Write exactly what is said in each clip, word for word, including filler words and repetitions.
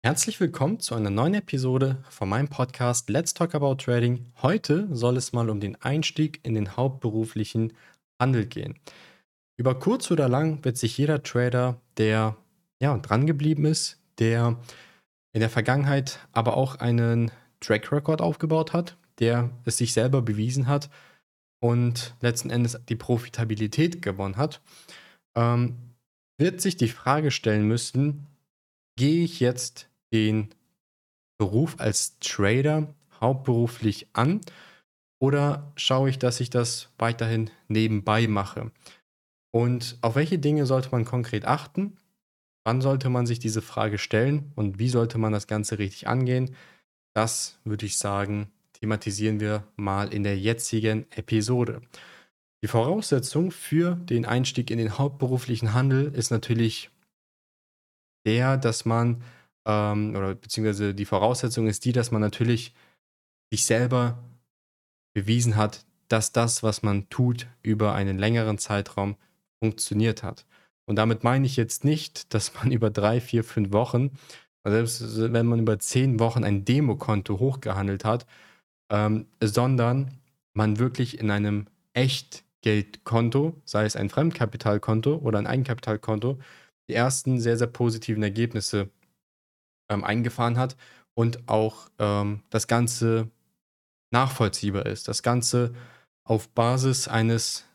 Herzlich willkommen zu einer neuen Episode von meinem Podcast Let's Talk About Trading. Heute soll es mal um den Einstieg in den hauptberuflichen Handel gehen. Über kurz oder lang wird sich jeder Trader, der ja dran geblieben ist, der in der Vergangenheit aber auch einen Track Record aufgebaut hat, der es sich selber bewiesen hat und letzten Endes die Profitabilität gewonnen hat, ähm, wird sich die Frage stellen müssen: Gehe ich jetzt den Beruf als Trader hauptberuflich an oder schaue ich, dass ich das weiterhin nebenbei mache? Und auf welche Dinge sollte man konkret achten? Wann sollte man sich diese Frage stellen und wie sollte man das Ganze richtig angehen? Das würde ich sagen, thematisieren wir mal in der jetzigen Episode. Die Voraussetzung für den Einstieg in den hauptberuflichen Handel ist natürlich der, dass man, ähm, oder beziehungsweise die Voraussetzung ist die, dass man natürlich sich selber bewiesen hat, dass das, was man tut, über einen längeren Zeitraum funktioniert hat. Und damit meine ich jetzt nicht, dass man über drei, vier, fünf Wochen, also selbst wenn man über zehn Wochen ein Demokonto hochgehandelt hat, ähm, sondern man wirklich in einem Echtgeldkonto, sei es ein Fremdkapitalkonto oder ein Eigenkapitalkonto, die ersten sehr, sehr positiven Ergebnisse ähm, eingefahren hat und auch ähm, das Ganze nachvollziehbar ist. Das Ganze auf Basis eines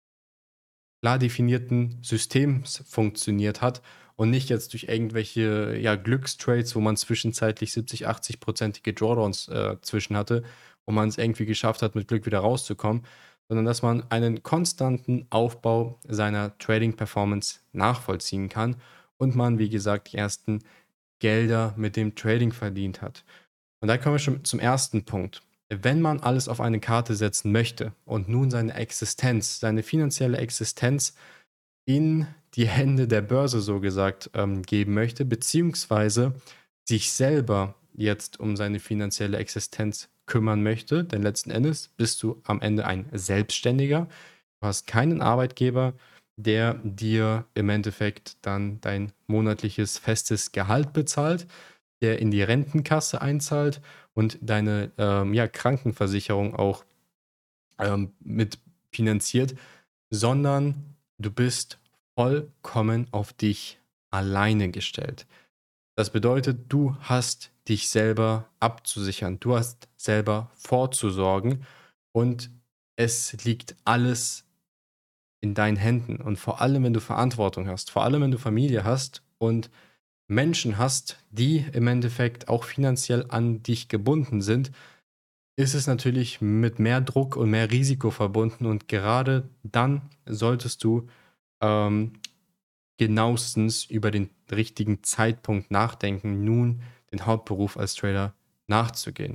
klar definierten Systems funktioniert hat und nicht jetzt durch irgendwelche ja, Glückstrades, wo man zwischenzeitlich siebzig, achtzig-prozentige Drawdowns äh, zwischen hatte und man es irgendwie geschafft hat, mit Glück wieder rauszukommen, sondern dass man einen konstanten Aufbau seiner Trading-Performance nachvollziehen kann und man, wie gesagt, die ersten Gelder mit dem Trading verdient hat. Und da kommen wir schon zum ersten Punkt. Wenn man alles auf eine Karte setzen möchte und nun seine Existenz, seine finanzielle Existenz in die Hände der Börse so gesagt ähm, geben möchte, beziehungsweise sich selber jetzt um seine finanzielle Existenz kümmern möchte, denn letzten Endes bist du am Ende ein Selbstständiger. Du hast keinen Arbeitgeber, der dir im Endeffekt dann dein monatliches festes Gehalt bezahlt, der in die Rentenkasse einzahlt und deine ähm, ja, Krankenversicherung auch ähm, mit finanziert, sondern du bist vollkommen auf dich alleine gestellt. Das bedeutet, du hast dich selber abzusichern, du hast selber vorzusorgen und es liegt alles in deinen Händen. Und vor allem, wenn du Verantwortung hast, vor allem, wenn du Familie hast und Menschen hast, die im Endeffekt auch finanziell an dich gebunden sind, ist es natürlich mit mehr Druck und mehr Risiko verbunden. Und gerade dann solltest du ähm, genauestens über den richtigen Zeitpunkt nachdenken, nun den Hauptberuf als Trader nachzugehen.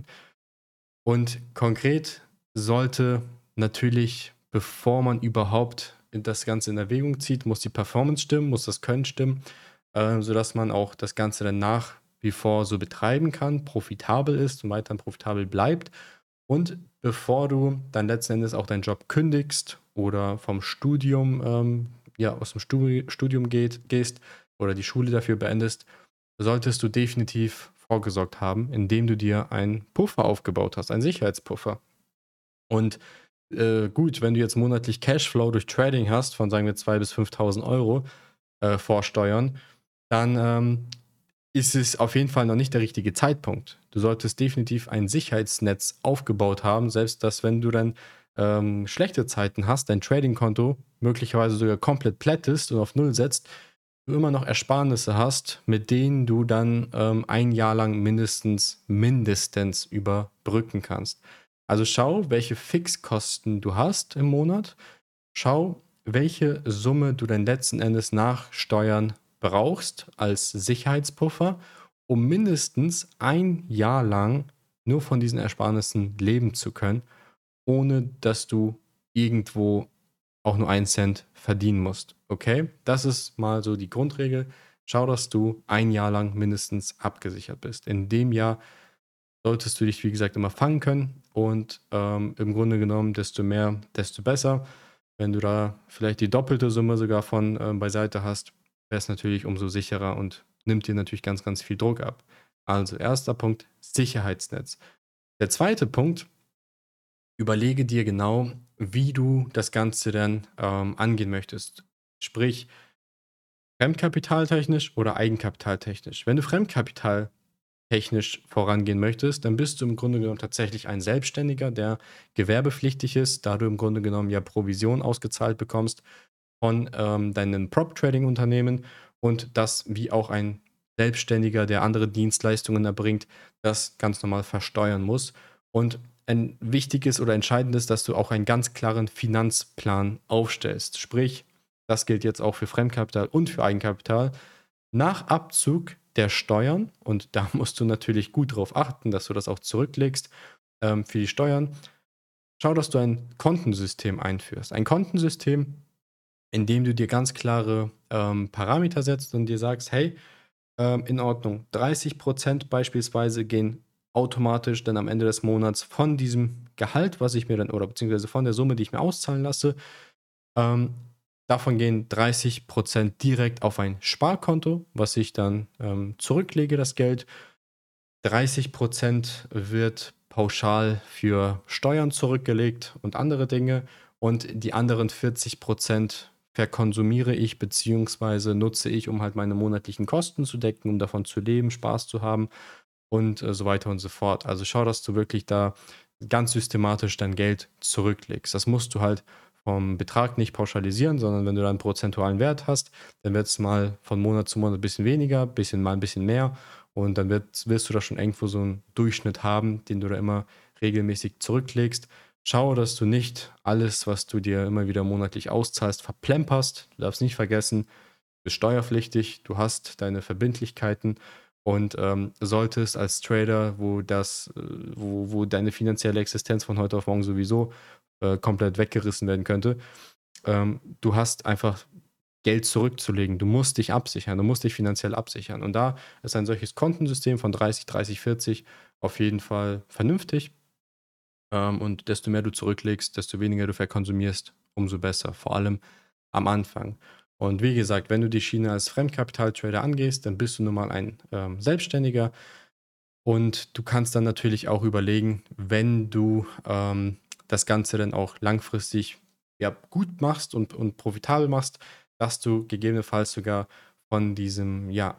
Und konkret sollte natürlich, bevor man überhaupt das Ganze in Erwägung zieht, muss die Performance stimmen, muss das Können stimmen, äh, sodass man auch das Ganze dann nach wie vor so betreiben kann, profitabel ist und weiterhin profitabel bleibt. Und bevor du dann letzten Endes auch deinen Job kündigst oder vom Studium, ähm, ja, aus dem Stu Studium geht, gehst oder die Schule dafür beendest, solltest du definitiv vorgesorgt haben, indem du dir einen Puffer aufgebaut hast, einen Sicherheitspuffer. Und äh, gut, wenn du jetzt monatlich Cashflow durch Trading hast von, sagen wir, zweitausend bis fünftausend Euro äh, vor Steuern, dann ähm, ist es auf jeden Fall noch nicht der richtige Zeitpunkt. Du solltest definitiv ein Sicherheitsnetz aufgebaut haben, selbst dass, wenn du dann ähm, schlechte Zeiten hast, dein Trading-Konto möglicherweise sogar komplett plättest und auf Null setzt, du immer noch Ersparnisse hast, mit denen du dann ähm, ein Jahr lang mindestens, mindestens überbrücken kannst. Also schau, welche Fixkosten du hast im Monat. Schau, welche Summe du dann letzten Endes nach Steuern brauchst als Sicherheitspuffer, um mindestens ein Jahr lang nur von diesen Ersparnissen leben zu können, ohne dass du irgendwo auch nur einen Cent verdienen musst. Okay? Das ist mal so die Grundregel. Schau, dass du ein Jahr lang mindestens abgesichert bist. In dem Jahr solltest du dich, wie gesagt, immer fangen können und ähm, im Grunde genommen, desto mehr, desto besser. Wenn du da vielleicht die doppelte Summe sogar von ähm, beiseite hast, wäre es natürlich umso sicherer und nimmt dir natürlich ganz, ganz viel Druck ab. Also erster Punkt, Sicherheitsnetz. Der zweite Punkt, überlege dir genau, wie du das Ganze dann ähm, angehen möchtest. Sprich, fremdkapitaltechnisch oder eigenkapitaltechnisch. Wenn du fremdkapitaltechnisch vorangehen möchtest, dann bist du im Grunde genommen tatsächlich ein Selbstständiger, der gewerbepflichtig ist, da du im Grunde genommen ja Provision ausgezahlt bekommst von ähm, deinem Prop-Trading-Unternehmen und das wie auch ein Selbstständiger, der andere Dienstleistungen erbringt, das ganz normal versteuern muss. Und ein wichtiges oder entscheidendes, dass du auch einen ganz klaren Finanzplan aufstellst. Sprich, das gilt jetzt auch für Fremdkapital und für Eigenkapital. Nach Abzug der Steuern, und da musst du natürlich gut darauf achten, dass du das auch zurücklegst ähm, für die Steuern, schau, dass du ein Kontensystem einführst. Ein Kontensystem, indem du dir ganz klare ähm, Parameter setzt und dir sagst, hey, ähm, in Ordnung, dreißig Prozent beispielsweise gehen automatisch dann am Ende des Monats von diesem Gehalt, was ich mir dann, oder beziehungsweise von der Summe, die ich mir auszahlen lasse, ähm, davon gehen dreißig Prozent direkt auf ein Sparkonto, was ich dann ähm, zurücklege, das Geld. dreißig Prozent wird pauschal für Steuern zurückgelegt und andere Dinge. Und die anderen vierzig Prozent verkonsumiere ich beziehungsweise nutze ich, um halt meine monatlichen Kosten zu decken, um davon zu leben, Spaß zu haben und äh, so weiter und so fort. Also schau, dass du wirklich da ganz systematisch dein Geld zurücklegst. Das musst du halt vom Betrag nicht pauschalisieren, sondern wenn du da einen prozentualen Wert hast, dann wird es mal von Monat zu Monat ein bisschen weniger, bisschen mal ein bisschen mehr und dann wird, wirst du da schon irgendwo so einen Durchschnitt haben, den du da immer regelmäßig zurücklegst. Schau, dass du nicht alles, was du dir immer wieder monatlich auszahlst, verplemperst. Du darfst nicht vergessen, du bist steuerpflichtig, du hast deine Verbindlichkeiten und ähm, solltest als Trader, wo das, äh, wo, wo deine finanzielle Existenz von heute auf morgen sowieso äh, komplett weggerissen werden könnte, ähm, du hast einfach Geld zurückzulegen. Du musst dich absichern, du musst dich finanziell absichern. Und da ist ein solches Kontensystem von dreißig, dreißig, vierzig auf jeden Fall vernünftig. Ähm, und desto mehr du zurücklegst, desto weniger du verkonsumierst, umso besser. Vor allem am Anfang. Und wie gesagt, wenn du die Schiene als Fremdkapitaltrader angehst, dann bist du nun mal ein ähm, Selbstständiger. Und du kannst dann natürlich auch überlegen, wenn du ähm, das Ganze dann auch langfristig ja, gut machst und, und profitabel machst, dass du gegebenenfalls sogar von diesem ja,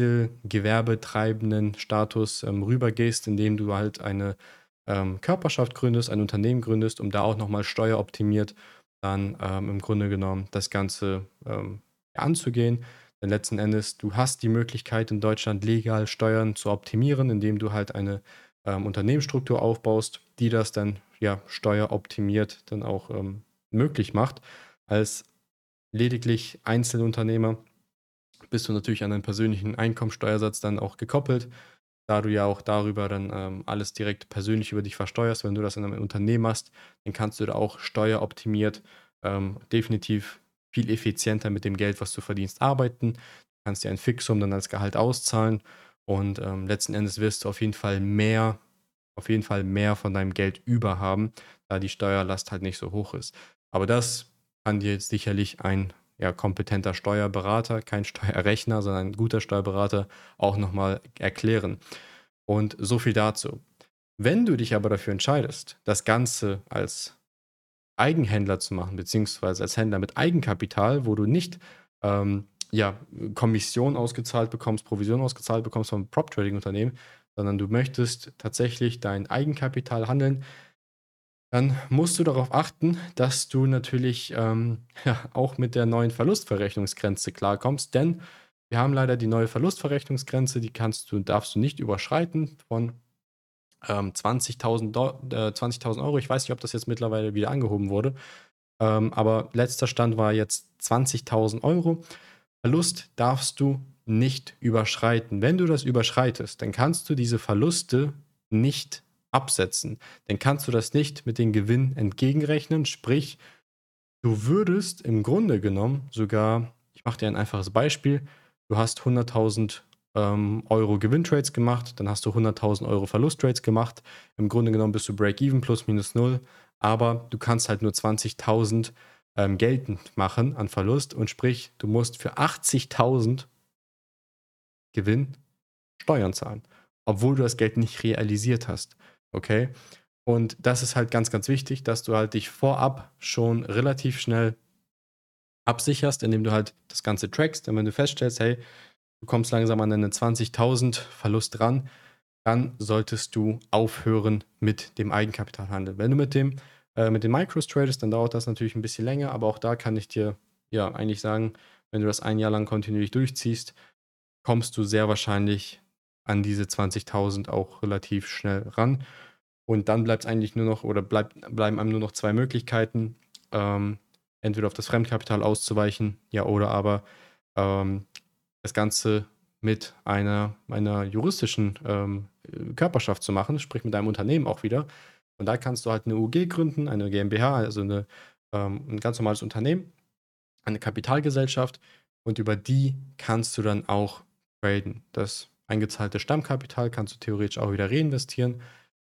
Einzelgewerbetreibenden Status ähm, rübergehst, indem du halt eine ähm, Körperschaft gründest, ein Unternehmen gründest, um da auch nochmal steueroptimiert dann ähm, im Grunde genommen das Ganze ähm, anzugehen. Denn letzten Endes, du hast die Möglichkeit in Deutschland legal Steuern zu optimieren, indem du halt eine ähm, Unternehmensstruktur aufbaust, die das dann ja steueroptimiert dann auch ähm, möglich macht. Als lediglich Einzelunternehmer bist du natürlich an einen persönlichen Einkommensteuersatz dann auch gekoppelt, da du ja auch darüber dann ähm, alles direkt persönlich über dich versteuerst. Wenn du das in einem Unternehmen machst, dann kannst du da auch steueroptimiert ähm, definitiv viel effizienter mit dem Geld, was du verdienst, arbeiten. Du kannst dir ein Fixum dann als Gehalt auszahlen und ähm, letzten Endes wirst du auf jeden Fall mehr, auf jeden Fall mehr von deinem Geld über haben, da die Steuerlast halt nicht so hoch ist. Aber das kann dir jetzt sicherlich ein ja, kompetenter Steuerberater, kein Steuerrechner, sondern ein guter Steuerberater auch nochmal erklären. Und so viel dazu. Wenn du dich aber dafür entscheidest, das Ganze als Eigenhändler zu machen, beziehungsweise als Händler mit Eigenkapital, wo du nicht ähm, ja, Kommission ausgezahlt bekommst, Provision ausgezahlt bekommst vom Prop-Trading-Unternehmen, sondern du möchtest tatsächlich dein Eigenkapital handeln, dann musst du darauf achten, dass du natürlich ähm, ja, auch mit der neuen Verlustverrechnungsgrenze klarkommst, denn wir haben leider die neue Verlustverrechnungsgrenze, die kannst du, darfst du nicht überschreiten von ähm, zwanzigtausend Dol- äh, zwanzigtausend Euro. Ich weiß nicht, ob das jetzt mittlerweile wieder angehoben wurde, ähm, aber letzter Stand war jetzt zwanzigtausend Euro. Verlust darfst du nicht überschreiten. Wenn du das überschreitest, dann kannst du diese Verluste nicht absetzen. Dann kannst du das nicht mit dem Gewinn entgegenrechnen. Sprich, du würdest im Grunde genommen sogar, ich mache dir ein einfaches Beispiel, du hast hunderttausend ähm, Euro Gewinntrades gemacht, dann hast du hunderttausend Euro Verlusttrades gemacht. Im Grunde genommen bist du Break-Even plus minus null, aber du kannst halt nur zwanzigtausend ähm, geltend machen an Verlust und sprich, du musst für achtzigtausend Gewinn Steuern zahlen. obwohl du das Geld nicht realisiert hast. Okay? Und das ist halt ganz, ganz wichtig, dass du halt dich vorab schon relativ schnell absicherst, indem du halt das Ganze trackst. Und wenn du feststellst, hey, du kommst langsam an deine zwanzigtausend Verlust ran, dann solltest du aufhören mit dem Eigenkapitalhandel. Wenn du mit dem äh, mit den Micros tradest, dann dauert das natürlich ein bisschen länger, aber auch da kann ich dir ja eigentlich sagen, wenn du das ein Jahr lang kontinuierlich durchziehst, kommst du sehr wahrscheinlich an diese zwanzigtausend auch relativ schnell ran. Und dann bleibt es eigentlich nur noch, oder bleibt, bleiben einem nur noch zwei Möglichkeiten. Ähm, entweder auf das Fremdkapital auszuweichen, ja, oder aber ähm, das Ganze mit einer, einer juristischen ähm, Körperschaft zu machen, sprich mit einem Unternehmen auch wieder. Und da kannst du halt eine U G gründen, eine GmbH, also eine, ähm, ein ganz normales Unternehmen, eine Kapitalgesellschaft, und über die kannst du dann auch traden. Das eingezahlte Stammkapital kannst du theoretisch auch wieder reinvestieren.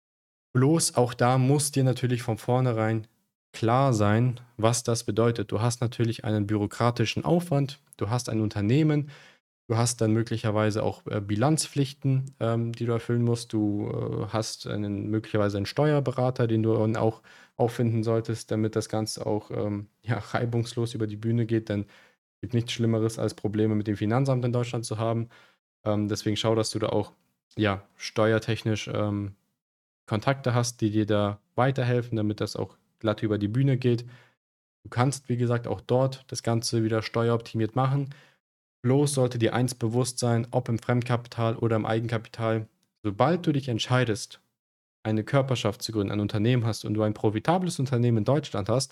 Bloß auch da muss dir natürlich von vornherein klar sein, was das bedeutet. Du hast natürlich einen bürokratischen Aufwand, du hast ein Unternehmen, du hast dann möglicherweise auch äh, Bilanzpflichten, ähm, die du erfüllen musst. Du äh, hast einen, möglicherweise einen Steuerberater, den du dann auch auffinden solltest, damit das Ganze auch ähm, ja, reibungslos über die Bühne geht. Denn es gibt nichts Schlimmeres, als Probleme mit dem Finanzamt in Deutschland zu haben. Ähm, deswegen schau, dass du da auch ja, steuertechnisch ähm, Kontakte hast, die dir da weiterhelfen, damit das auch glatt über die Bühne geht. Du kannst, wie gesagt, auch dort das Ganze wieder steueroptimiert machen. Bloß sollte dir eins bewusst sein, ob im Fremdkapital oder im Eigenkapital, sobald du dich entscheidest, eine Körperschaft zu gründen, ein Unternehmen hast und du ein profitables Unternehmen in Deutschland hast,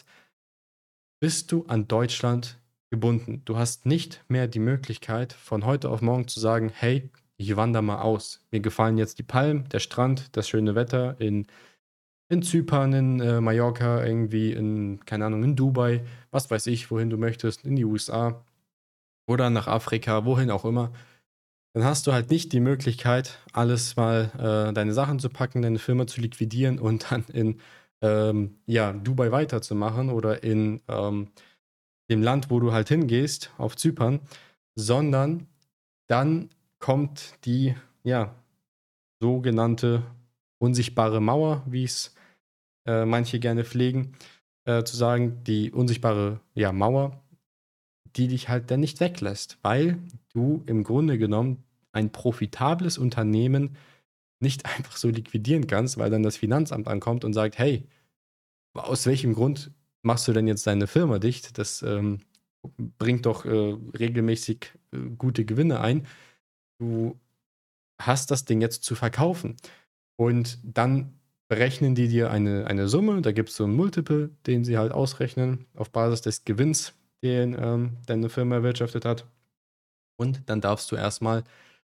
bist du an Deutschland gebunden. Du hast nicht mehr die Möglichkeit, von heute auf morgen zu sagen, hey, ich wandere mal aus. Mir gefallen jetzt die Palmen, der Strand, das schöne Wetter in, in Zypern, in äh, Mallorca, irgendwie in, keine Ahnung, in Dubai, was weiß ich, wohin du möchtest, in die U S A oder nach Afrika, wohin auch immer. Dann hast du halt nicht die Möglichkeit, alles mal äh, deine Sachen zu packen, deine Firma zu liquidieren und dann in ähm, ja, Dubai weiterzumachen oder in ähm, dem Land, wo du halt hingehst, auf Zypern, sondern dann kommt die, ja, sogenannte unsichtbare Mauer, wie es äh, manche gerne pflegen, äh, zu sagen, die unsichtbare, ja, Mauer, die dich halt dann nicht weglässt, weil du im Grunde genommen ein profitables Unternehmen nicht einfach so liquidieren kannst, weil dann das Finanzamt ankommt und sagt, hey, aus welchem Grund machst du denn jetzt deine Firma dicht? Das ähm, bringt doch äh, regelmäßig äh, gute Gewinne ein. Du hast das Ding jetzt zu verkaufen. Und dann berechnen die dir eine, eine Summe, da gibt es so ein Multiple, den sie halt ausrechnen auf Basis des Gewinns, den ähm, deine Firma erwirtschaftet hat. Und dann darfst du erstmal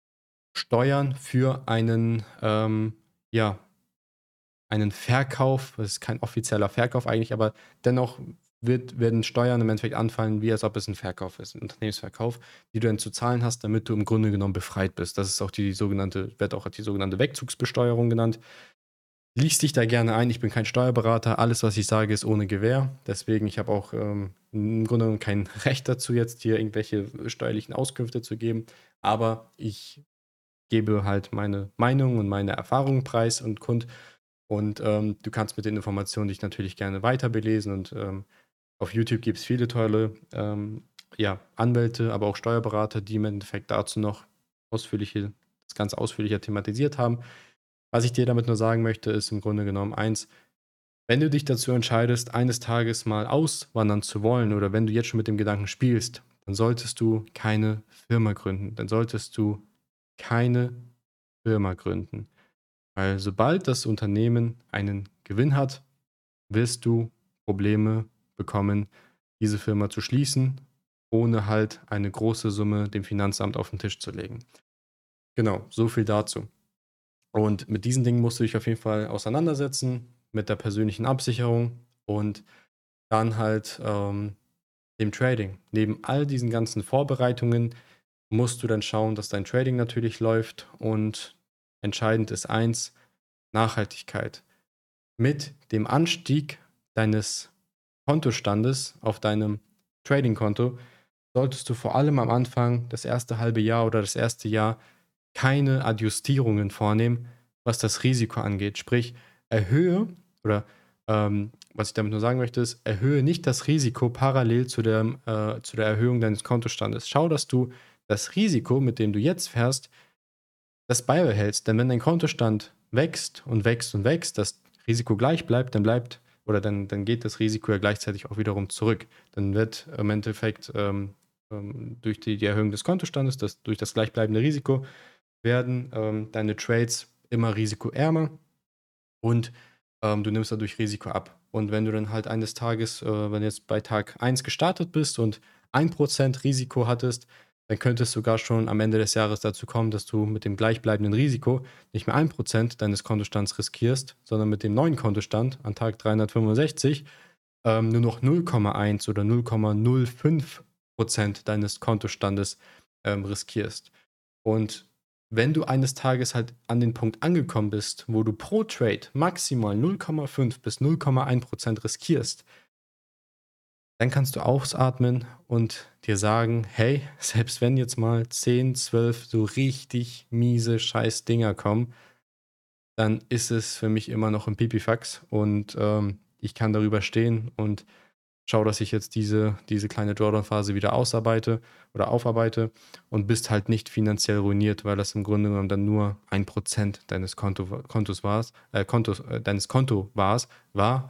Steuern für einen, ähm, ja, einen Verkauf, das ist kein offizieller Verkauf eigentlich, aber dennoch wird, werden Steuern im Endeffekt anfallen, wie als ob es ein Verkauf ist, ein Unternehmensverkauf, die du dann zu zahlen hast, damit du im Grunde genommen befreit bist. Das ist auch die sogenannte, wird auch die sogenannte Wegzugsbesteuerung genannt. Lies dich da gerne ein, ich bin kein Steuerberater, alles, was ich sage, ist ohne Gewähr. Deswegen, ich habe auch ähm, im Grunde genommen kein Recht dazu, jetzt hier irgendwelche steuerlichen Auskünfte zu geben, aber ich gebe halt meine Meinung und meine Erfahrungen preis und kund. Und ähm, du kannst mit den Informationen dich natürlich gerne weiter belesen. Und ähm, auf YouTube gibt es viele tolle ähm, ja, Anwälte, aber auch Steuerberater, die im Endeffekt dazu noch ausführliche, das Ganze ausführlicher thematisiert haben. Was ich dir damit nur sagen möchte, ist im Grunde genommen eins: Wenn du dich dazu entscheidest, eines Tages mal auswandern zu wollen oder wenn du jetzt schon mit dem Gedanken spielst, dann solltest du keine Firma gründen. Dann solltest du keine Firma gründen. Weil sobald das Unternehmen einen Gewinn hat, wirst du Probleme bekommen, diese Firma zu schließen, ohne halt eine große Summe dem Finanzamt auf den Tisch zu legen. Genau, so viel dazu. Und mit diesen Dingen musst du dich auf jeden Fall auseinandersetzen, mit der persönlichen Absicherung und dann halt ähm, dem Trading. Neben all diesen ganzen Vorbereitungen musst du dann schauen, dass dein Trading natürlich läuft, und entscheidend ist eins: Nachhaltigkeit. Mit dem Anstieg deines Kontostandes auf deinem Trading-Konto solltest du vor allem am Anfang, das erste halbe Jahr oder das erste Jahr, keine Adjustierungen vornehmen, was das Risiko angeht. Sprich, erhöhe oder ähm, was ich damit nur sagen möchte, ist, erhöhe nicht das Risiko parallel zu der, äh, zu der Erhöhung deines Kontostandes. Schau, dass du das Risiko, mit dem du jetzt fährst, das beibehältst. Denn wenn dein Kontostand wächst und wächst und wächst, das Risiko gleich bleibt, dann bleibt oder dann, dann geht das Risiko ja gleichzeitig auch wiederum zurück. Dann wird im Endeffekt ähm, ähm, durch die, die Erhöhung des Kontostandes, das, durch das gleichbleibende Risiko, werden ähm, deine Trades immer risikoärmer und ähm, du nimmst dadurch Risiko ab. Und wenn du dann halt eines Tages, äh, wenn du jetzt bei Tag eins gestartet bist und ein Prozent Risiko hattest, dann könnte es sogar schon am Ende des Jahres dazu kommen, dass du mit dem gleichbleibenden Risiko nicht mehr ein Prozent deines Kontostands riskierst, sondern mit dem neuen Kontostand an Tag dreihundertfünfundsechzig ähm, nur noch null Komma eins oder null Komma null fünf Prozent deines Kontostandes ähm, riskierst. Und wenn du eines Tages halt an den Punkt angekommen bist, wo du pro Trade maximal null Komma fünf bis null Komma eins Prozent riskierst, dann kannst du ausatmen und dir sagen, hey, selbst wenn jetzt mal zehn, zwölf so richtig miese Scheiß-Dinger kommen, dann ist es für mich immer noch ein Pipifax und ähm, ich kann darüber stehen und schau, dass ich jetzt diese, diese kleine Drawdown-Phase wieder ausarbeite oder aufarbeite und bist halt nicht finanziell ruiniert, weil das im Grunde genommen dann nur ein Prozent deines Konto, Kontos war's, äh, Kontos, äh, deines Konto war's, war,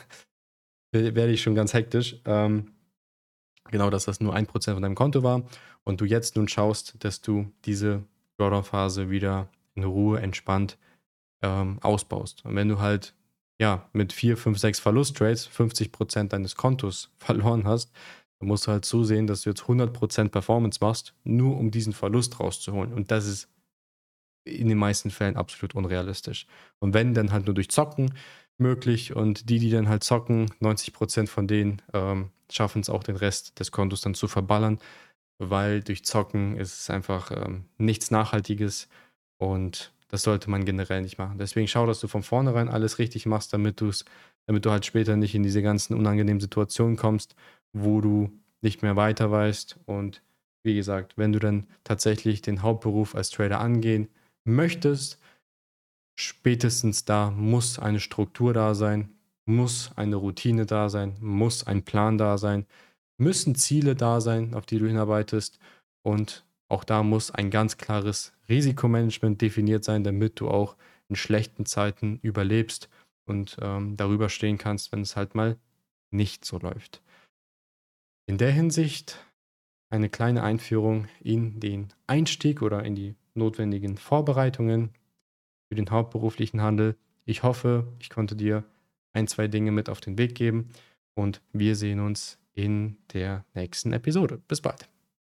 werde ich schon ganz hektisch. Ähm, genau, dass das nur ein Prozent von deinem Konto war und du jetzt nun schaust, dass du diese Drawdown-Phase wieder in Ruhe, entspannt ähm, ausbaust. Und wenn du halt ja mit vier, fünf, sechs Verlusttrades fünfzig Prozent deines Kontos verloren hast, dann musst du halt zusehen, dass du jetzt hundert Prozent Performance machst, nur um diesen Verlust rauszuholen. Und das ist in den meisten Fällen absolut unrealistisch. Und wenn, dann halt nur durch Zocken möglich. Und die, die dann halt zocken, neunzig Prozent von denen ähm, schaffen es auch, den Rest des Kontos dann zu verballern, weil durch Zocken ist es einfach ähm, nichts Nachhaltiges und das sollte man generell nicht machen. Deswegen schau, dass du von vornherein alles richtig machst, damit du es, damit du halt später nicht in diese ganzen unangenehmen Situationen kommst, wo du nicht mehr weiter weißt. Und wie gesagt, wenn du dann tatsächlich den Hauptberuf als Trader angehen möchtest, spätestens da muss eine Struktur da sein, muss eine Routine da sein, muss ein Plan da sein, müssen Ziele da sein, auf die du hinarbeitest und auch da muss ein ganz klares Risikomanagement definiert sein, damit du auch in schlechten Zeiten überlebst und ähm, darüber stehen kannst, wenn es halt mal nicht so läuft. In der Hinsicht eine kleine Einführung in den Einstieg oder in die notwendigen Vorbereitungen für den hauptberuflichen Handel. Ich hoffe, ich konnte dir ein, zwei Dinge mit auf den Weg geben und wir sehen uns in der nächsten Episode. Bis bald.